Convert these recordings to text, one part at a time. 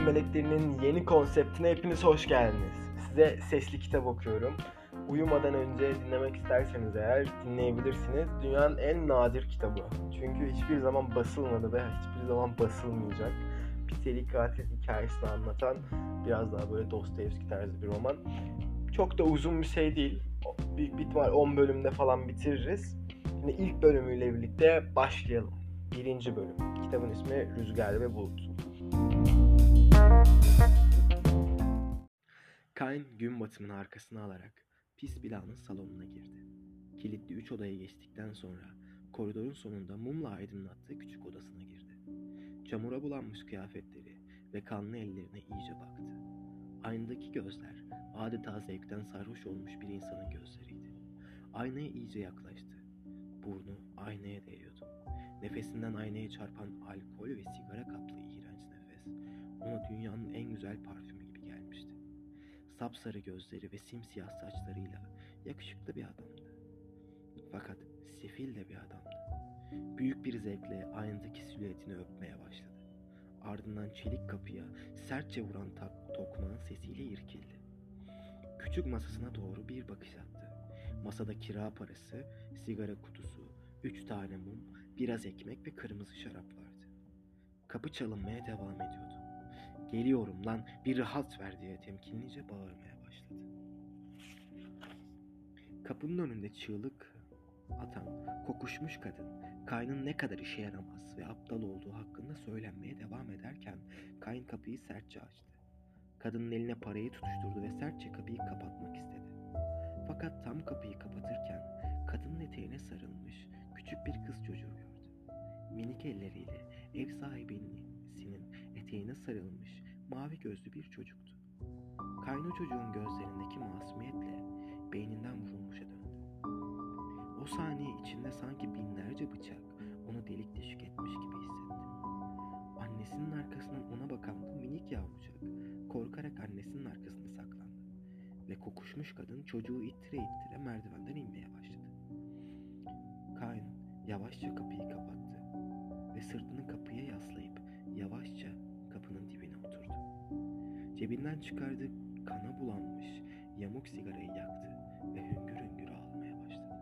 Meleklerinin yeni konseptine hepiniz hoş geldiniz. Size sesli kitap okuyorum. Uyumadan önce dinlemek isterseniz eğer dinleyebilirsiniz. Dünyanın en nadir kitabı. Çünkü hiçbir zaman basılmadı ve hiçbir zaman basılmayacak. Bir seri katil hikayesini anlatan biraz daha böyle Dostoyevski tarzı bir roman. Çok da uzun bir şey değil. Büyük bir ihtimal 10 bölümde falan bitiririz. Şimdi ilk bölümüyle birlikte başlayalım. 1. bölüm. Kitabın ismi Rüzgar ve Bulut. Kain gün batımını arkasına alarak pis binanın salonuna girdi. Kilitli 3 odaya geçtikten sonra koridorun sonunda mumla aydınlattığı küçük odasına girdi. Çamura bulanmış kıyafetleri ve kanlı ellerine iyice baktı. Aynadaki gözler adeta zevkten sarhoş olmuş bir insanın gözleriydi. Aynaya iyice yaklaştı. Burnu aynaya değiyordu. Nefesinden aynaya çarpan alkol ve sigara kaplı iğrenç nefes ona dünyanın en güzel parfümü gibi gelmişti. Sapsarı gözleri ve simsiyah saçlarıyla yakışıklı bir adamdı. Fakat sefil de bir adamdı. Büyük bir zevkle aynadaki silüetini öpmeye başladı. Ardından çelik kapıya sertçe vuran tokmağın sesiyle irkildi. Küçük masasına doğru bir bakış attı. Masada kira parası, sigara kutusu, 3 tane mum, biraz ekmek ve kırmızı şarap vardı. Kapı çalınmaya devam ediyordu. "Geliyorum lan, bir rahat ver" diye temkinlice bağırmaya başladı. Kapının önünde çığlık atan kokuşmuş kadın, Kain'in ne kadar işe yaramaz ve aptal olduğu hakkında söylenmeye devam ederken Kain kapıyı sertçe açtı. Kadının eline parayı tutuşturdu ve sertçe kapıyı kapatmak istedi. Fakat tam kapıyı kapatırken kadının eteğine sarılmış küçük bir kız çocuğu gördü. Minik elleriyle ev sahibinin eteğine sarılmış mavi gözlü bir çocuktu. Kain o çocuğun gözlerindeki masumiyetle beyninden vurulmuşa döndü. O saniye içinde sanki binlerce bıçak onu delik deşik etmiş gibi hissetti. Annesinin arkasından ona bakan bu minik yavrucak korkarak annesinin arkasına saklandı ve kokuşmuş kadın çocuğu ittire ittire merdivenden inmeye başladı. Kain yavaşça kapıyı kapattı ve sırtını kapıya yaslayıp yavaşça kapının dibine oturdu. Cebinden çıkardığı kana bulanmış yamuk sigarayı yaktı ve hüngür hüngür ağlamaya başladı.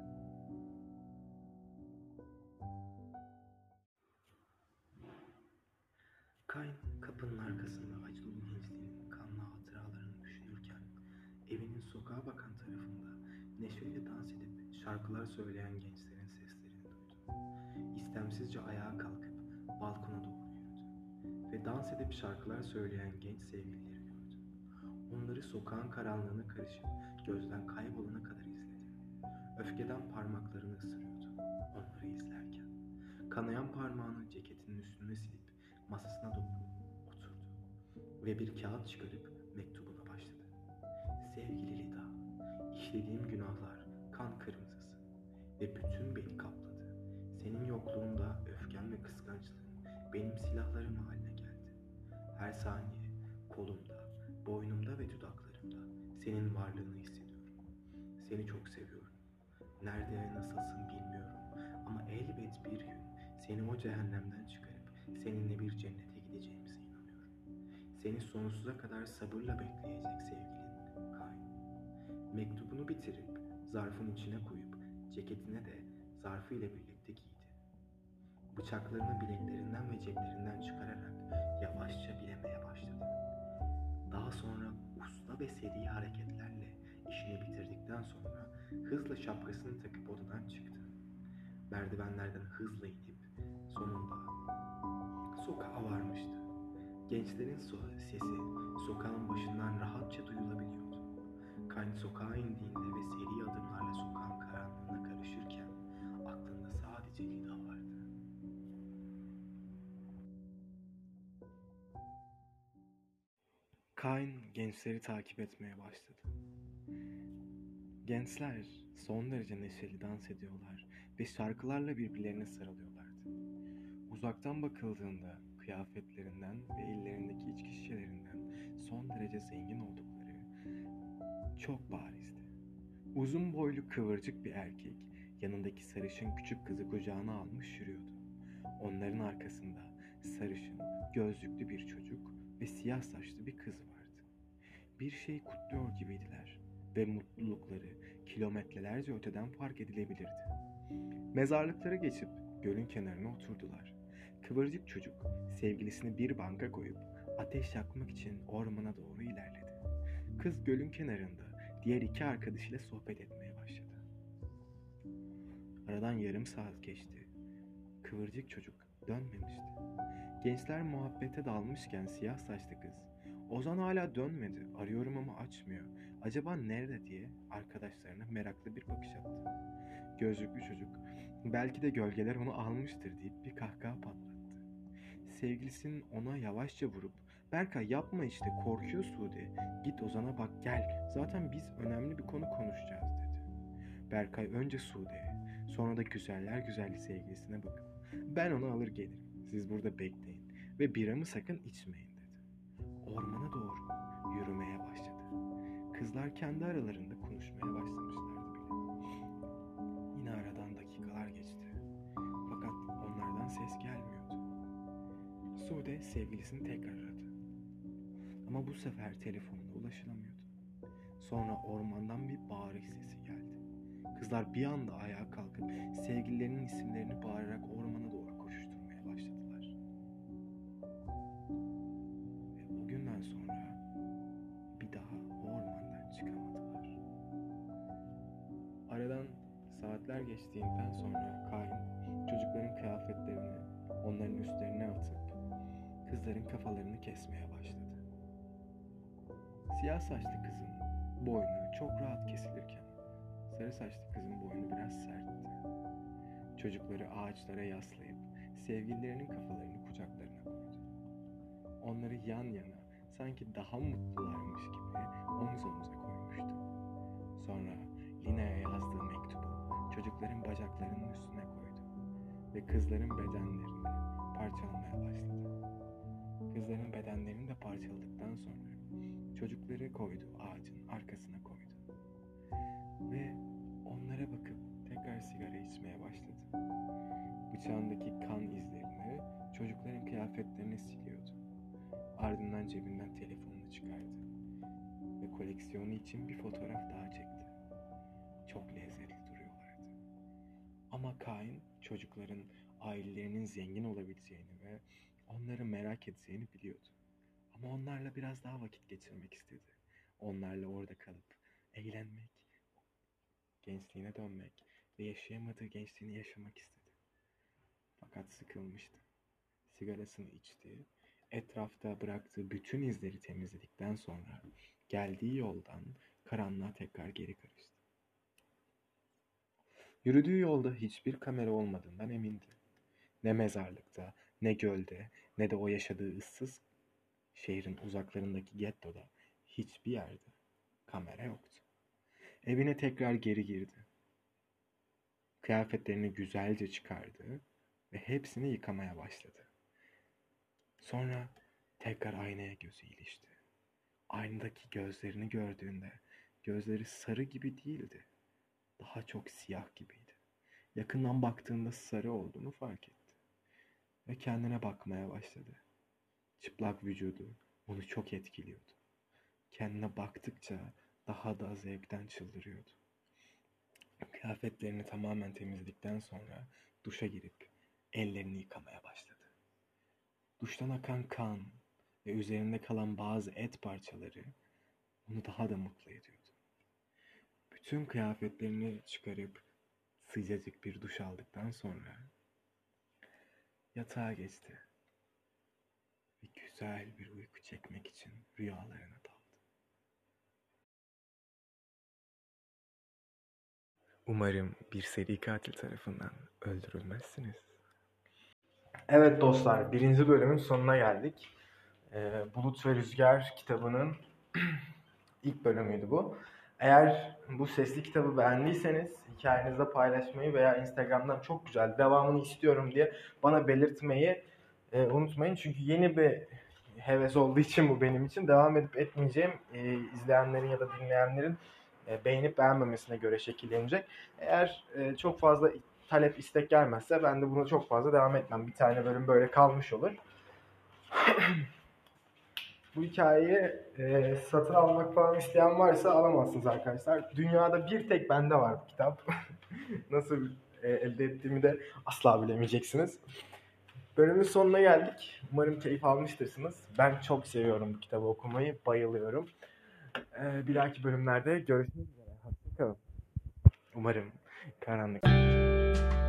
Kain kapının arkasında acı dolu gençliğinin kanlı hatıralarını düşünürken evinin sokağa bakan tarafında neşeyle dans edip şarkılar söyleyen gençlerin seslerini duydu. İstemsizce ayağa kalkıp balkona doğru yürüdü ve dans edip şarkılar söyleyen genç sevgilileri gördü. Onları sokağın karanlığına karışıp gözden kaybolana kadar izledi. Öfkeden parmaklarını ısırıyordu onları izlerken. Kanayan parmağını ceketinin üstüne silip masasına doğru oturdu ve bir kağıt çıkarıp mektubuna başladı. "Sevgili Lida, işlediğim günahlar kan kırmızısı ve bütün beni kapladı. Senin yokluğunda öfkem ve kıskançlığım benim silahlarım haline geldi. Her saniye kolumda, boynumda ve dudaklarımda senin varlığını hissediyorum. Seni çok seviyorum. Nerede ve nasılsın bilmiyorum ama elbet bir gün seni o cehennemden çıkarıp seninle bir cennete gideceğimize inanıyorum. Seni sonsuza kadar sabırla bekleyecek sevgilin Kain." Mektubunu bitirip zarfın içine koyup ceketine de zarfı ile birlikte giydi. Bıçaklarını bileklerinden ve ceplerinden çıkararak yavaşça bilemeye başladı. Daha sonra usta ve seri hareketlerle işini bitirdikten sonra hızla şapkasını takıp odadan çıktı. Merdivenlerden hızla inip sonunda sokağa varmıştı. Gençlerin sesi sokağın başından rahatça duyulabiliyordu. Kain sokağa indiğinde ve seri adımlarla sokağın karanlığına karışırken aklında sadece Lida vardı. Kain gençleri takip etmeye başladı. Gençler son derece neşeli dans ediyorlar ve şarkılarla birbirlerine sarılıyorlardı. Uzaktan bakıldığında kıyafetlerinden ve ellerindeki içki şişelerinden son derece zengin oldukları çok barizdi. Uzun boylu kıvırcık bir erkek yanındaki sarışın küçük kızı kucağına almış yürüyordu. Onların arkasında sarışın, gözlüklü bir çocuk ve siyah saçlı bir kız vardı. Bir şey kutluyor gibiydiler ve mutlulukları kilometrelerce öteden fark edilebilirdi. Mezarlıkları geçip gölün kenarına oturdular. Kıvırcık çocuk sevgilisini bir banka koyup ateş yakmak için ormana doğru ilerledi. Kız gölün kenarında diğer iki arkadaşıyla sohbet etmeye başladı. Aradan yarım saat geçti. Kıvırcık çocuk dönmemişti. Gençler muhabbete dalmışken siyah saçlı kız, "Ozan hala dönmedi, arıyorum ama açmıyor. Acaba nerede?" diye arkadaşlarına meraklı bir bakış attı. Gözlüklü çocuk, "Belki de gölgeler onu almıştır," deyip bir kahkaha patlattı. Sevgilisinin ona yavaşça vurup, "Berkay yapma işte, korkuyor Sude. Git Ozan'a bak gel, zaten biz önemli bir konu konuşacağız," dedi. Berkay önce Sude'ye, sonra da güzeller güzelli sevgilisine bakıp, "Ben onu alır gelirim, siz burada bekleyin ve biramı sakın içmeyin," dedi. Ormana doğru yürümeye başladı. Kızlar kendi aralarında konuşmaya başlamışlardı bile. Yine aradan dakikalar geçti. Fakat onlardan ses gelmiyordu. Sude sevgilisini tekrar aradı. Ama bu sefer telefonuna ulaşılamıyordu. Sonra ormandan bir bağırış sesi geldi. Kızlar bir anda ayağa kalkıp sevgililerinin isimlerini bağırarak ormana doğru koşuşturmaya başladılar. Ve o günden sonra bir daha o ormandan çıkamadılar. Aradan saatler geçtiğinden sonra Kain çocukların kıyafetlerini onların üstlerine atıp kızların kafalarını kesmeye başladı. Siyah saçlı kızın boynu çok rahat kesilirken sarı saçlı kızın boynu biraz sertti. Çocukları ağaçlara yaslayıp sevgililerinin kafalarını kucaklarına koydu. Onları yan yana sanki daha mutlularmış gibi omuz omuza koymuştu. Sonra Lina'ya yazdığı mektubu çocukların bacaklarının üstüne koydu ve kızların bedenlerini parçalamaya başladı. Kızların bedenlerini de parçaladıktan sonra çocukları koydu, ağacın arkasına koydu. Ve onlara bakıp tekrar sigara içmeye başladı. Bıçağındaki kan izlerini çocukların kıyafetlerine siliyordu. Ardından cebinden telefonunu çıkardı ve koleksiyonu için bir fotoğraf daha çekti. Çok lezzetli duruyorlardı. Ama Kain çocukların ailelerinin zengin olabileceğini ve onları merak edeceğini biliyordu. Ama onlarla biraz daha vakit geçirmek istedi. Onlarla orada kalıp eğlenmek, gençliğine dönmek ve yaşayamadığı gençliğini yaşamak istedi. Fakat sıkılmıştı. Sigarasını içti. Etrafta bıraktığı bütün izleri temizledikten sonra geldiği yoldan karanlığa tekrar geri karıştı. Yürüdüğü yolda hiçbir kamera olmadığından emindi. Ne mezarlıkta, ne gölde, ne de o yaşadığı ıssız şehrin uzaklarındaki gettoda hiçbir yerde kamera yoktu. Evine tekrar geri girdi. Kıyafetlerini güzelce çıkardı ve hepsini yıkamaya başladı. Sonra tekrar aynaya gözü ilişti. Aynadaki gözlerini gördüğünde gözleri sarı gibi değildi. Daha çok siyah gibiydi. Yakından baktığında sarı olduğunu fark etti. Ve kendine bakmaya başladı. Çıplak vücudu onu çok etkiliyordu. Kendine baktıkça daha da zevkten çıldırıyordu. Kıyafetlerini tamamen temizledikten sonra duşa girip ellerini yıkamaya başladı. Duştan akan kan ve üzerinde kalan bazı et parçaları onu daha da mutlu ediyordu. Bütün kıyafetlerini çıkarıp sıcacık bir duş aldıktan sonra yatağa geçti ve güzel bir uyku çekmek için rüyalarına daldı. Umarım bir seri katil tarafından öldürülmezsiniz. Evet dostlar, 1. bölümün sonuna geldik. Bulut ve Rüzgar kitabının ilk bölümüydü bu. Eğer bu sesli kitabı beğendiyseniz hikayenizde paylaşmayı veya Instagram'dan çok güzel devamını istiyorum diye bana belirtmeyi unutmayın. Çünkü yeni bir heves olduğu için bu benim için devam edip etmeyeceğim izleyenlerin ya da dinleyenlerin beğenip beğenmemesine göre şekillenecek. Eğer çok fazla talep istek gelmezse ben de buna çok fazla devam etmem. Bir tane bölüm böyle kalmış olur. Bu hikayeyi satın almak falan isteyen varsa alamazsınız arkadaşlar. Dünyada bir tek bende var bu kitap. Nasıl elde ettiğimi de asla bilemeyeceksiniz. Bölümün sonuna geldik. Umarım keyif almıştırsınız. Ben çok seviyorum bu kitabı okumayı. Bayılıyorum. Bir dahaki bölümlerde görüşmek üzere. Hoşçakalın. Umarım karanlık.